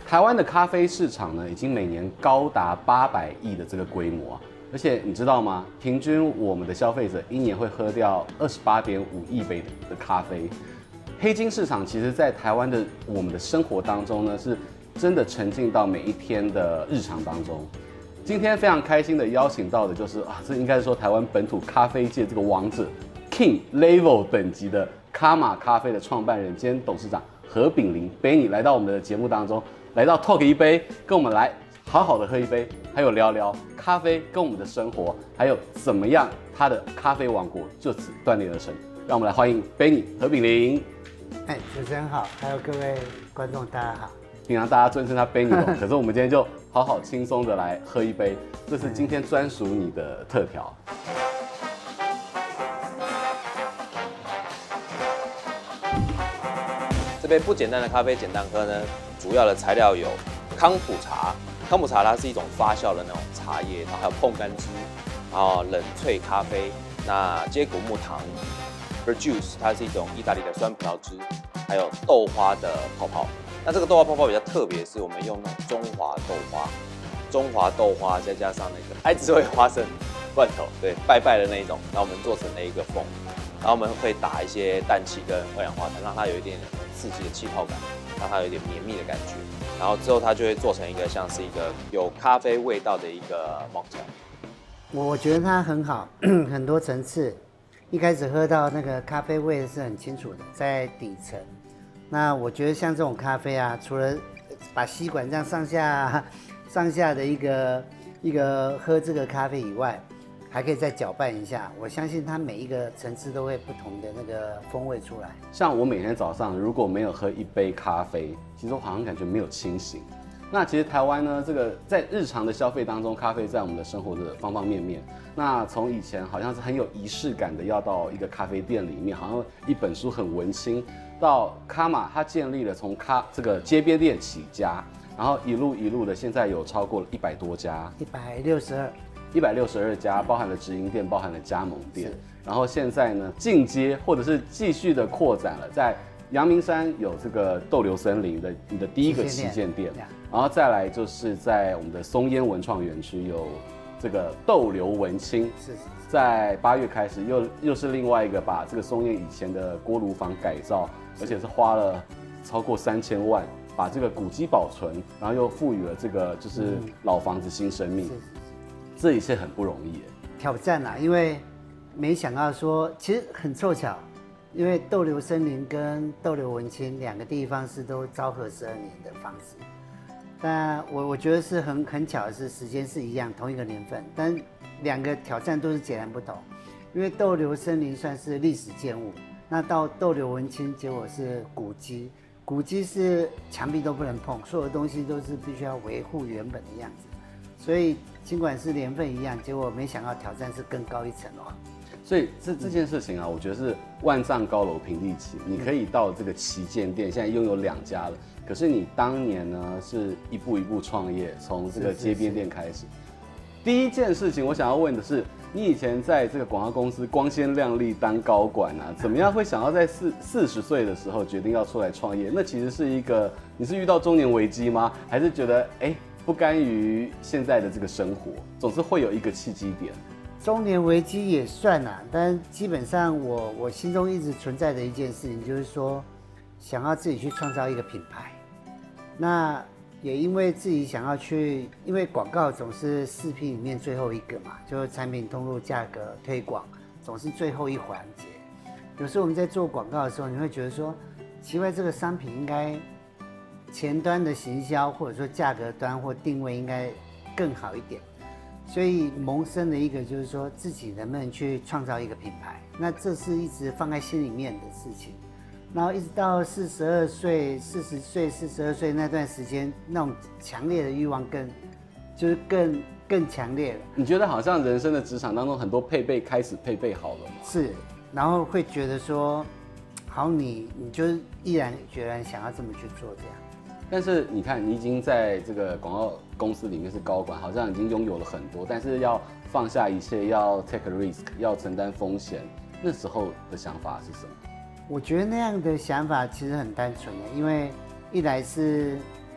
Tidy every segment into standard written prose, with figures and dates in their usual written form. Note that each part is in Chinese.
台湾的咖啡市场呢，已经每年高达800亿的这个规模啊，而且你知道吗？平均我们的消费者一年会喝掉28.5亿杯的咖啡。黑金市场其实在台湾的我们的生活当中呢，是真的沉浸到每一天的日常当中。今天非常开心的邀请到的就是这应该是说台湾本土咖啡界这个王者 King Level 等级的卡玛咖啡的创办人兼董事长何炳霖 Benny 来到我们的节目当中，来到 Talk 一杯，跟我们来好好的喝一杯，还有聊聊咖啡跟我们的生活，还有怎么样他的咖啡王国就此锻炼而成。让我们来欢迎 Benny 何炳霖。 主持人好，还有各位观众大家好。 平常大家尊称他 Benny 哦，可是我们今天就好好轻松的来喝一杯，这是今天专属你的特调。 这杯不简单的咖啡简单喝呢，主要的材料有康普茶。康普茶它是一种发酵的那种茶叶，然后还有碰干汁，然后冷萃咖啡，那接骨木糖 ，Verjuice 它是一种意大利的酸葡萄汁，还有豆花的泡泡。那这个豆花泡泡比较特别，是我们用那种中华豆花再加上那个爱滋味花生罐头，对，拜拜的那一种，然后我们做成了一个风，然后我们会打一些氮气跟二氧化碳，让它有一点刺激的气泡感，让它有一点绵密的感觉，然后之后它就会做成一个像是一个有咖啡味道的一个 mocktail。 我觉得它很好，很多层次。一开始喝到那个咖啡味是很清楚的，在底层。那我觉得像这种咖啡啊，除了把吸管这样上下的一个喝这个咖啡以外，还可以再搅拌一下。我相信它每一个层次都会不同的那个风味出来。 像我每天早上如果没有喝一杯咖啡，其实我好像感觉没有清醒。那其实台湾呢，这个在日常的消费当中，咖啡在我们的生活的方方面面。那从以前好像是很有仪式感的，要到一个咖啡店里面，好像一本书很文青，到卡玛它建立了从这个街边店起家，然后一路的，现在有超过了100多家，162家，包含了直营店，包含了加盟店。然后现在呢，进阶或者是继续的扩展了，在阳明山有这个豆流森林的你的第一个旗舰店，然后再来就是在我们的松烟文创园区有这个豆流文青，在8月开始又是另外一个把这个松烟以前的锅炉房改造，而且是花了超过3000万，把这个古迹保存，然后又赋予了这个就是老房子新生命，这一切很不容易耶， 挑战啊，因为没想到说其实很凑巧。因为豆流森林跟豆流文青两个地方是都昭和12年的房子，但我觉得是很巧的是时间是一样，同一个年份，但两个挑战都是截然不同。因为豆流森林算是历史建物，那到豆流文青结果是古迹，古迹是墙壁都不能碰，所有东西都是必须要维护原本的样子，所以尽管是年份一样，结果没想到挑战是更高一层哦。 所以这件事情啊，我觉得是万丈高楼平地起。你可以到这个旗舰店，现在拥有2家了。可是你当年呢，是一步一步创业，从这个街边店开始。第一件事情，我想要问的是，你以前在这个广告公司光鲜亮丽当高管啊，怎么样会想要在40岁的时候决定要出来创业？那其实是你是遇到中年危机吗？还是觉得不甘于现在的这个生活，总是会有一个契机点？ 中年危机也算啦，但基本上我心中一直存在的一件事情，就是说想要自己去创造一个品牌。那也因为自己想要去，因为广告总是4P 里面最后一个嘛，就是产品通路、价格、推广，总是最后一环节。有时候我们在做广告的时候，你会觉得说，奇怪，这个商品应该前端的行销，或者说价格端或定位应该更好一点。所以萌生的一个就是说，自己能不能去创造一个品牌？那这是一直放在心里面的事情。然后一直到42岁、40岁、42岁那段时间，那种强烈的欲望更强烈了。 你觉得好像人生的职场当中很多配备开始配备好了吗？ 是，然后会觉得说，好，你就是毅然决然想要这么去做这样。 但是你看，你已经在这个广告公司里面是高管，好像已经拥有了很多，但是要放下一切，要 take a risk， 要承担风险，那时候的想法是什么？ 我觉得那样的想法其实很单纯的，因为一来是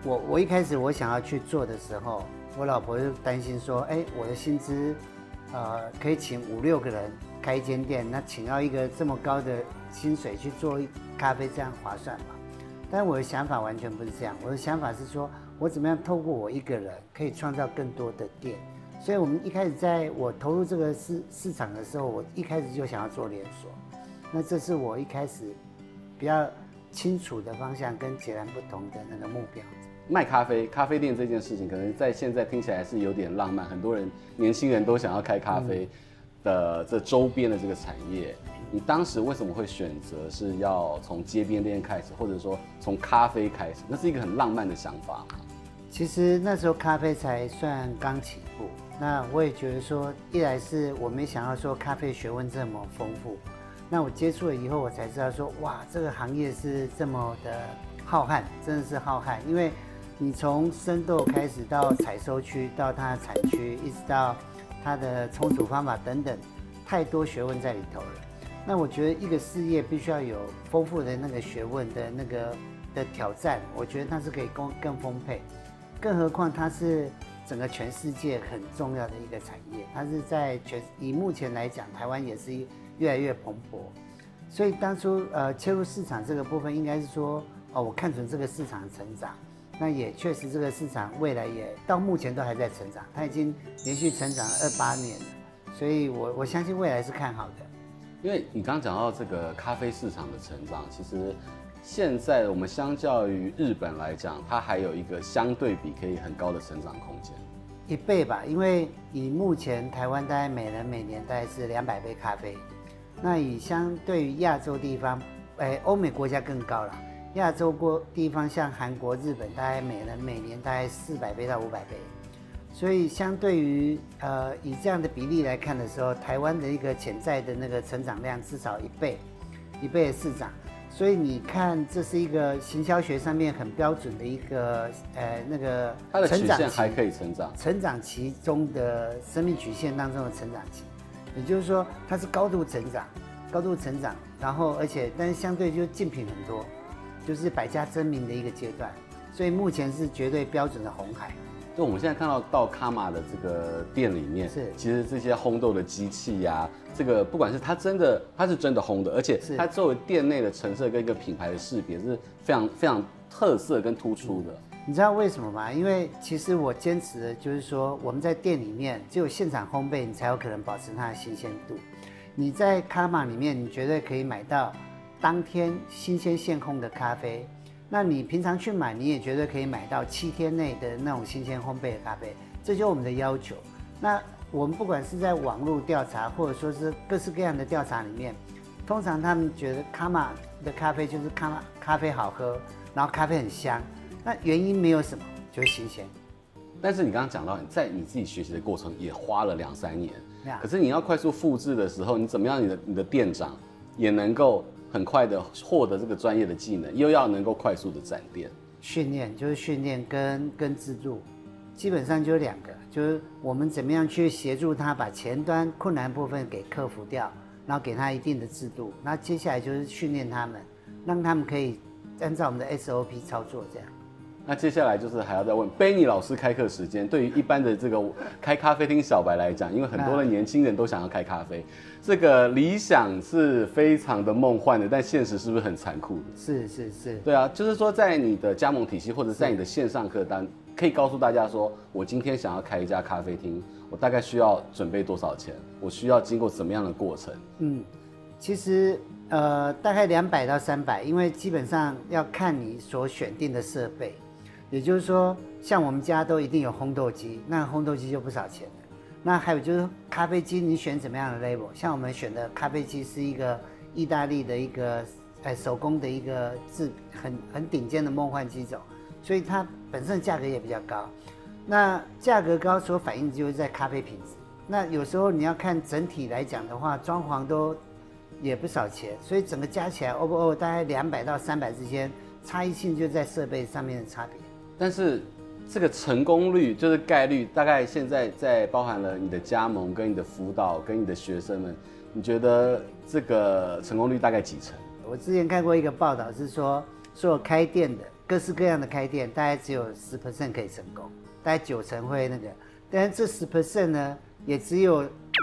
我一开始我想要去做的时候，我老婆就担心说，哎，我的薪资，可以请5、6个人开一间店，那请到一个这么高的薪水去做咖啡，这样划算吗？但我的想法完全不是这样，我的想法是说，我怎么样透过我一个人可以创造更多的店。所以我们一开始在我投入这个市场的时候，我一开始就想要做连锁，那这是我一开始比较清楚的方向跟截然不同的那个目标。 卖咖啡店这件事情，可能在现在听起来是有点浪漫，很多人年轻人都想要开咖啡的这周边的这个产业。你当时为什么会选择是要从街边店开始，或者说从咖啡开始？那是一个很浪漫的想法吗？ 其实那时候咖啡才算刚起步，那我也觉得说，一来是我没想到说咖啡学问这么丰富，那我接触了以后，我才知道说，哇，这个行业是这么的浩瀚，真的是浩瀚，因为你从生豆开始到采收区，到它的产区，一直到它的冲煮方法等等，太多学问在里头了。那我觉得一个事业必须要有丰富的那个学问的那个的挑战，我觉得它是可以更丰沛。更何况它是整个全世界很重要的一个产业，它是在以目前来讲，台湾也是越来越蓬勃。所以当初切入市场这个部分，应该是说我看准这个市场的成长，那也确实这个市场未来也到目前都还在成长，它已经连续成长了28年了，所以我相信未来是看好的。 因为你刚刚讲到这个咖啡市场的成长，其实现在我们相较于日本来讲，它还有一个相对比可以很高的成长空间 ，1倍吧。因为以目前台湾大概每人每年大概是200杯咖啡，那以相对于亚洲地方，欧美国家更高了。亚洲地方像韩国、日本，大概每人每年大概400杯到500杯。所以相对于以这样的比例来看的时候，台湾的一个潜在的那个成长量至少1倍的市长。所以你看，这是一个行销学上面很标准的一个那个它的曲线还可以成长期中的生命曲线当中的成长期，也就是说它是高度成长，然后但是相对就竞品很多，就是百家争鸣的一个阶段，所以目前是绝对标准的红海。 就我们现在看到卡玛的这个店里面，其实这些烘豆的机器呀，这个不管是它是真的烘的，而且它作为店内的陈设跟一个品牌的识别是非常非常特色跟突出的。 你知道为什么吗？因为其实我坚持的就是说，我们在店里面只有现场烘焙，你才有可能保持它的新鲜度。你在卡玛里面，你绝对可以买到当天新鲜现烘的咖啡。那你平常去买，你也绝对可以买到7天内的那种新鲜烘焙的咖啡，这就是我们的要求。那我们不管是在网络调查，或者说是各式各样的调查里面，通常他们觉得卡玛的咖啡就是咖啡好喝，然后咖啡很香。那原因没有什么，就是新鲜。 但是你刚刚讲到，在你自己学习的过程也花了2、3年，可是你要快速复制的时候，你怎么样你的店长也能够很快的获得这个专业的技能，又要能够快速的展店。 训练跟制度，基本上就2个，就是我们怎么样去协助他把前端困难部分给克服掉，然后给他一定的制度。那接下来就是训练他们，让他们可以按照我们的 SOP 操作这样。 那接下来就是还要再问Benny老师开课时间。对于一般的这个开咖啡厅小白来讲，因为很多的年轻人都想要开咖啡，这个理想是非常的梦幻的，但现实是不是很残酷的？ 是。 对啊，就是说在你的加盟体系或者在你的线上课单，可以告诉大家说，我今天想要开一家咖啡厅，我大概需要准备多少钱？我需要经过怎么样的过程？ 其实大概200到300，因为基本上要看你所选定的设备。也就是说，像我们家都一定有烘豆机，那烘豆机就不少钱了。那还有就是咖啡机，你选怎么样的 label？ 像我们选的咖啡机是一个意大利的一个手工的一个很顶尖的梦幻机种，所以它本身的价格也比较高。那价格高所反映就是在咖啡品质。那有时候你要看整体来讲的话，装潢都也不少钱，所以整个加起来 overall 大概200到300之间，差异性就在设备上面的差别。 但是这个成功率就是概率，大概现在在包含了你的加盟、跟你的辅导、跟你的学生们，你觉得这个成功率大概几成？ 我之前看过一个报道是说， 所有开店的各式各样的开店，大概只有10% 可以成功，大概90%会那个，但是这10% 呢，也只有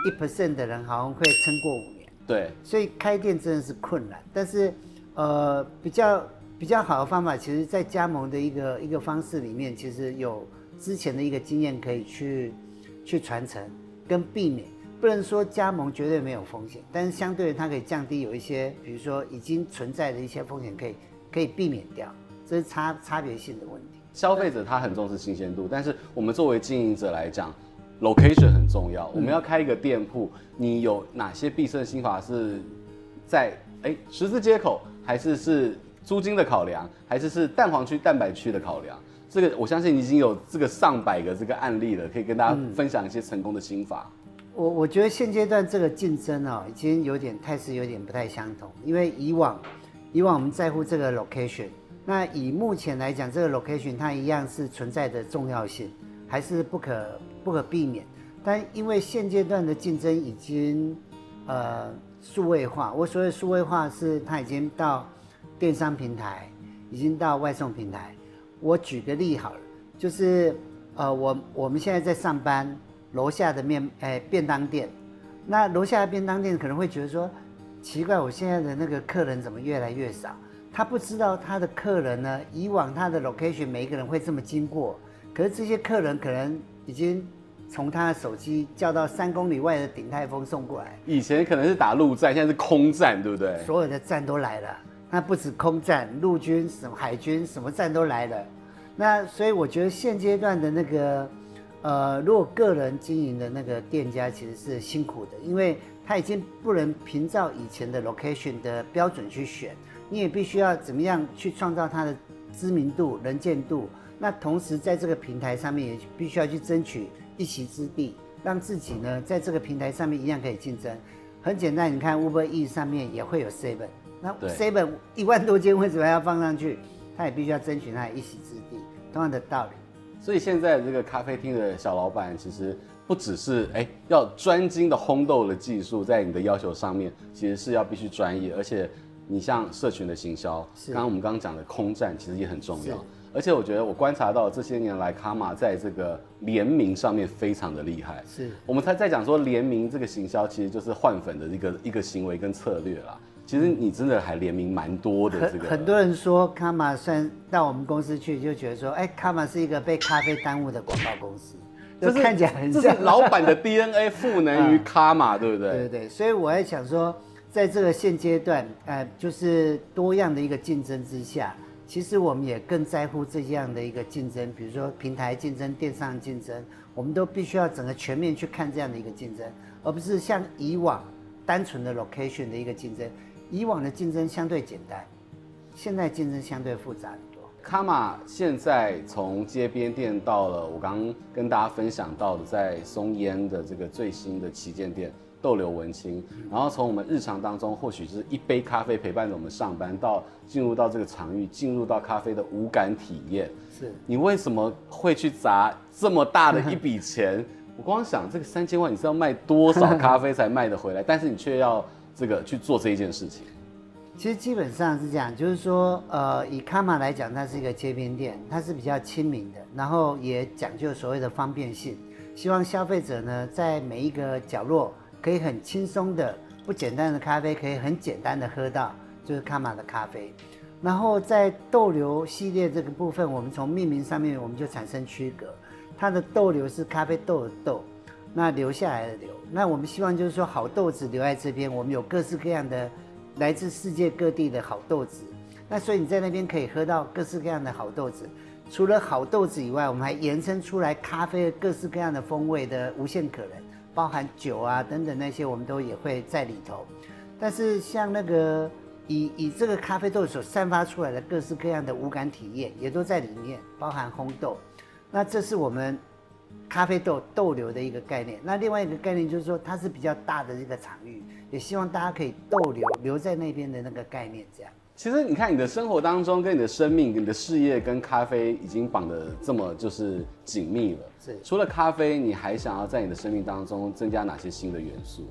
1% 的人好像会撑过5年。 对， 所以开店真的是困难，但是比较好的方法，其实在加盟的一个方式里面，其实有之前的一个经验可以去传承跟避免。不能说加盟绝对没有风险，但是相对的它可以降低有一些，比如说已经存在的一些风险可以避免掉，这是差别性的问题。 消费者他很重视新鲜度，但是我们作为经营者来讲，location 很重要。我们要开一个店铺，你有哪些必胜心法是在十字街口，还是租金的考量，还是蛋黄区、蛋白区的考量？这个我相信已经有这个上百个这个案例了，可以跟大家分享一些成功的心法。 我觉得现阶段这个竞争已经态势有点不太相同，因为以往我们在乎这个 location， 那以目前来讲，这个 location 它一样是存在的重要性，还是不可避免。但因为现阶段的竞争已经数位化，我所谓数位化是它已经到电商平台，已经到外送平台。我举个例好了，就是我们现在在上班。楼下的便当店，那楼下的便当店可能会觉得说，奇怪，我现在的那个客人怎么越来越少？他不知道他的客人呢，以往他的 location 每一个人会这么经过，可是这些客人可能已经从他的手机叫到3公里外的鼎泰丰送过来。 以前可能是打陆战，现在是空战，对不对？ 所有的站都来了，那不止空战，陆军、什么海军，什么站都来了。那所以我觉得现阶段的那个。如果个人经营的那个店家其实是辛苦的，因为他已经不能凭照以前的 location 的标准去选，你也必须要怎么样去创造它的知名度、能见度。那同时在这个平台上面也必须要去争取一席之地，让自己呢在这个平台上面一样可以竞争。很简单，你看 Uber Eats 上面也会有 Seven， 那 Seven 1万多间为什么要放上去？他也必须要争取他的一席之地，同样的道理。 所以现在这个咖啡厅的小老板，其实不只是要专精的烘豆的技术，在你的要求上面，其实是要必须专业，而且你像社群的行销，我们刚刚讲的空战，其实也很重要。而且我觉得我观察到这些年来，卡玛在这个联名上面非常的厉害。 是， 我们在讲说联名这个行销，其实就是换粉的一个行为跟策略啦。其实你真的还联名蛮多的，这个很多人说卡玛算到我们公司去，就觉得说，卡玛是一个被咖啡耽误的广告公司，就看起来很像。 这是老板的 DNA 赋能于卡玛，对不对？ 对对，所以我在想说，在这个现阶段，就是多样的一个竞争之下，其实我们也更在乎这样的一个竞争，比如说平台竞争、电商竞争，我们都必须要整个全面去看这样的一个竞争，而不是像以往单纯的 location 的一个竞争。以往的竞争相对简单，现在竞争相对复杂很多。 卡玛现在从街边店到了我刚刚跟大家分享到的在松烟的这个最新的旗舰店逗留文青，然后从我们日常当中或许就是一杯咖啡陪伴着我们上班，到进入到这个场域，进入到咖啡的无感体验。 是你为什么会去砸这么大的一笔钱？我光想这个3000万，你是要卖多少咖啡才卖得回来？但是你却要这个去做这一件事情。 其实基本上是这样，就是说，以卡玛来讲，它是一个街边店，它是比较亲民的，然后也讲究所谓的方便性，希望消费者呢在每一个角落可以很轻松的、不简单的咖啡，可以很简单的喝到，就是卡玛的咖啡。然后在豆流系列这个部分，我们从命名上面我们就产生区隔，它的豆流是咖啡豆的豆，那留下来的流，那我们希望就是说好豆子留在这边，我们有各式各样的来自世界各地的好豆子，那所以你在那边可以喝到各式各样的好豆子。除了好豆子以外，我们还延伸出来咖啡各式各样的风味的无限可能，包含酒啊等等那些，我们都也会在里头。但是像那个以这个咖啡豆所散发出来的各式各样的无感体验，也都在里面，包含烘豆。那这是我们咖啡豆流的一个概念。那另外一个概念就是说，它是比较大的一个场域，也希望大家可以豆流留在那边的那个概念这样。 其实你看，你的生活当中跟你的生命、你的事业跟咖啡已经绑得这么就是紧密了。 是。 除了咖啡，你还想要在你的生命当中增加哪些新的元素？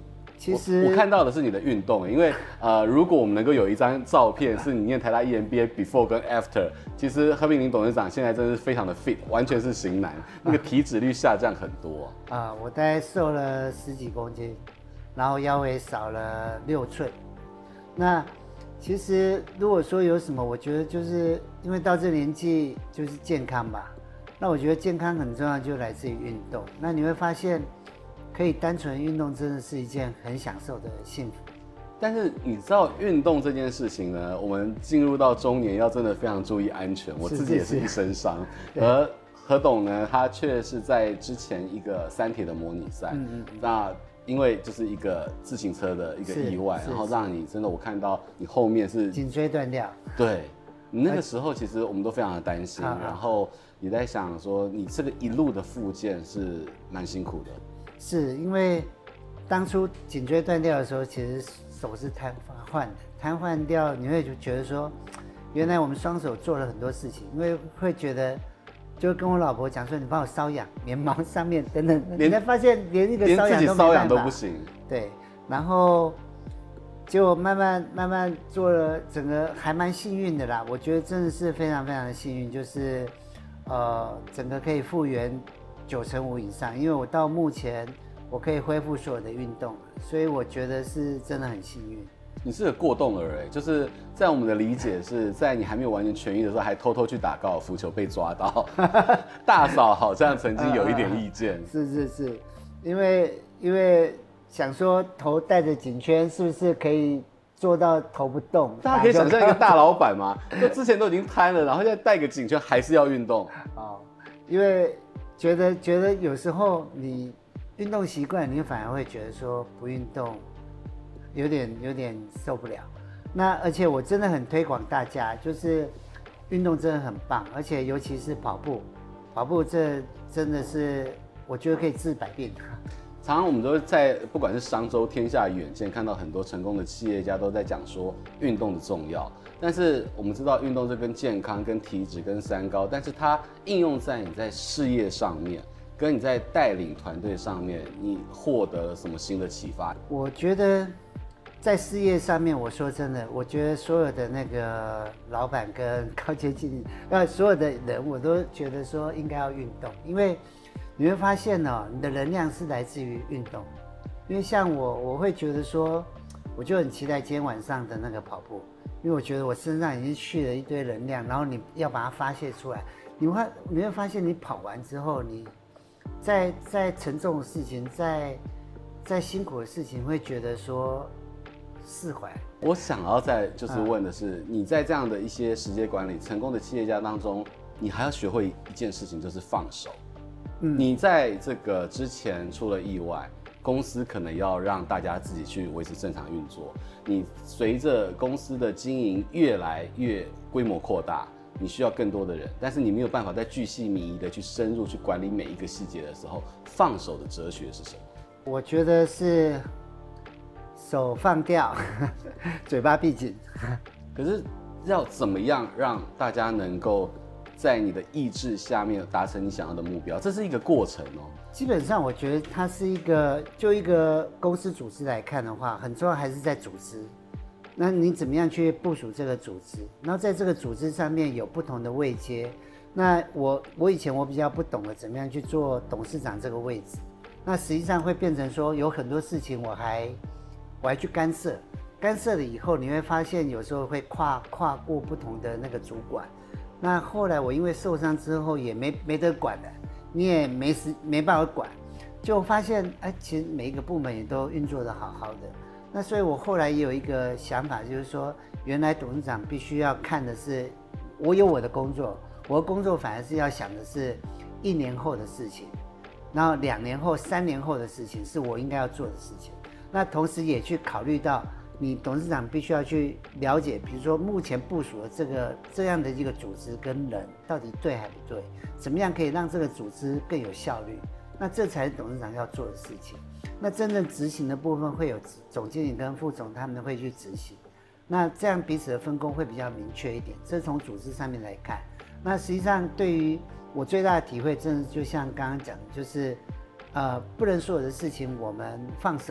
其实我看到的是你的运动，因为如果我们能够有一张照片是你念台大 EMBA before 跟 after， 其实何炳林董事长现在真的是非常的 fit， 完全是型男，那个体脂率下降很多。 我大概瘦了10几公斤，然后腰围少了6寸。那其实如果说有什么，我觉得就是因为到这年纪就是健康吧。那我觉得健康很重要，就来自于运动。那你会发现，可以单纯运动真的是一件很享受的幸福。 但是你知道运动这件事情呢，我们进入到中年要真的非常注意安全。我自己也是一身伤，而何董呢，他却是在之前一个3铁的模拟赛，那因为就是一个自行车的一个意外，然后让你真的我看到你后面是颈椎断掉。 对，你那个时候其实我们都非常的担心，然后你在想说你这个一路的复健是蛮辛苦的。是因为当初颈椎断掉的时候，其实手是瘫痪掉，你会觉得说，原来我们双手做了很多事情，因为会觉得，就跟我老婆讲说，你帮我瘙痒，棉毛上面等等，你才发现连一个瘙痒都不行。对，然后结果慢慢做了，整个还蛮幸运的啦。我觉得真的是非常非常的幸运，就是整个可以复原95%以上，因为我到目前我可以恢复所有的运动，所以我觉得是真的很幸运。 你是个过动儿就是在我们的理解是在你还没有完全痊愈的时候，还偷偷去打高尔夫球被抓到。大嫂好像曾经有一点意见。 是，因为想说头戴着颈圈是不是可以做到头不动？ 大家可以想象一个大老板吗？就之前都已经瘫了，然后现在戴个颈圈还是要运动。 因为觉得有时候你运动习惯，你反而会觉得说不运动有点受不了。那而且我真的很推广大家，就是运动真的很棒，而且尤其是跑步这真的是我觉得可以治百病。 常常我们都在不管是商周、天下远见看到很多成功的企业家都在讲说运动的重要，但是我们知道运动这跟健康、跟体脂、跟三高，但是它应用在你在事业上面，跟你在带领团队上面，你获得了什么新的启发？ 我觉得在事业上面，我说真的，我觉得所有的那个老板跟高阶经理，所有的人，我都觉得说应该要运动，因为你会发现你的能量是来自于运动。因为像我会觉得说，我就很期待今天晚上的那个跑步，因为我觉得我身上已经蓄了一堆能量，然后你要把它发泄出来，你会发现你跑完之后，你在沉重的事情，在辛苦的事情，会觉得说释怀。 我想要再就是问的是，你在这样的一些时间管理成功的企业家当中，你还要学会一件事情，就是放手。你在这个之前出了意外，公司可能要让大家自己去维持正常运作。你随着公司的经营越来越规模扩大，你需要更多的人，但是你没有办法再巨细靡遗的去深入去管理每一个细节的时候，放手的哲学是什么？ 我觉得是手放掉，嘴巴闭紧。 可是要怎么样让大家能够在你的意志下面达成你想要的目标？这是一个过程哦。 基本上，我觉得它是一个公司组织来看的话，很重要还是在组织。那你怎么样去部署这个组织？然后在这个组织上面有不同的位阶。那我以前我比较不懂得怎么样去做董事长这个位置。那实际上会变成说有很多事情我还去干涉了以后，你会发现有时候会跨过不同的那个主管。那后来我因为受伤之后也没得管了，你也没办法管，就发现其实每一个部门也都运作得好好的。那所以我后来也有一个想法，就是说原来董事长必须要看的是，我有我的工作，我的工作反而是要想的是1年后的事情，然后2年后、3年后的事情是我应该要做的事情。那同时也去考虑到你董事长必须要去了解，比如说目前部署的这样的一个组织跟人到底对还不对，怎么样可以让这个组织更有效率，那这才是董事长要做的事情。那真正执行的部分会有总经理跟副总他们会去执行，那这样彼此的分工会比较明确一点，这是从组织上面来看。那实际上对于我最大的体会，真的就像刚刚讲的，就是不能所有的事情我们放手，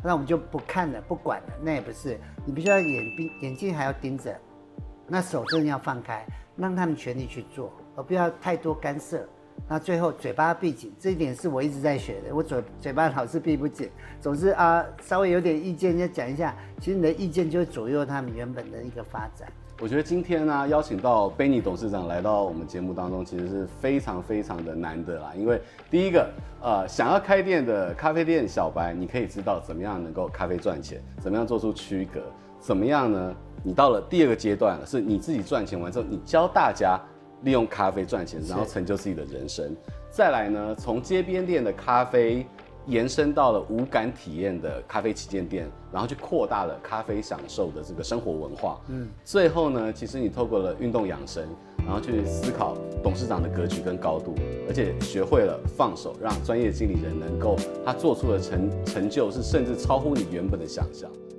那我们就不看了，不管了，那也不是。你必须要眼睛还要盯着，那手真的要放开，让他们全力去做，而不要太多干涉。那最后嘴巴闭紧，这一点是我一直在学的。我嘴巴老是闭不紧，总是稍微有点意见要讲一下，其实你的意见就会左右他们原本的一个发展。 我觉得今天呢，邀请到Benny董事长来到我们节目当中，其实是非常非常的难得啦。因为第一个，想要开店的咖啡店小白，你可以知道怎么样能够咖啡赚钱，怎么样做出区隔，怎么样呢？你到了第二个阶段，是你自己赚钱完之后，你教大家利用咖啡赚钱，然后成就自己的人生。再来呢，从街边店的咖啡延伸到了无感体验的咖啡旗舰店，然后去扩大了咖啡享受的这个生活文化。最后呢，其实你透过了运动养生，然后去思考董事长的格局跟高度，而且学会了放手，让专业经理人能够他做出的成就，是甚至超乎你原本的想象。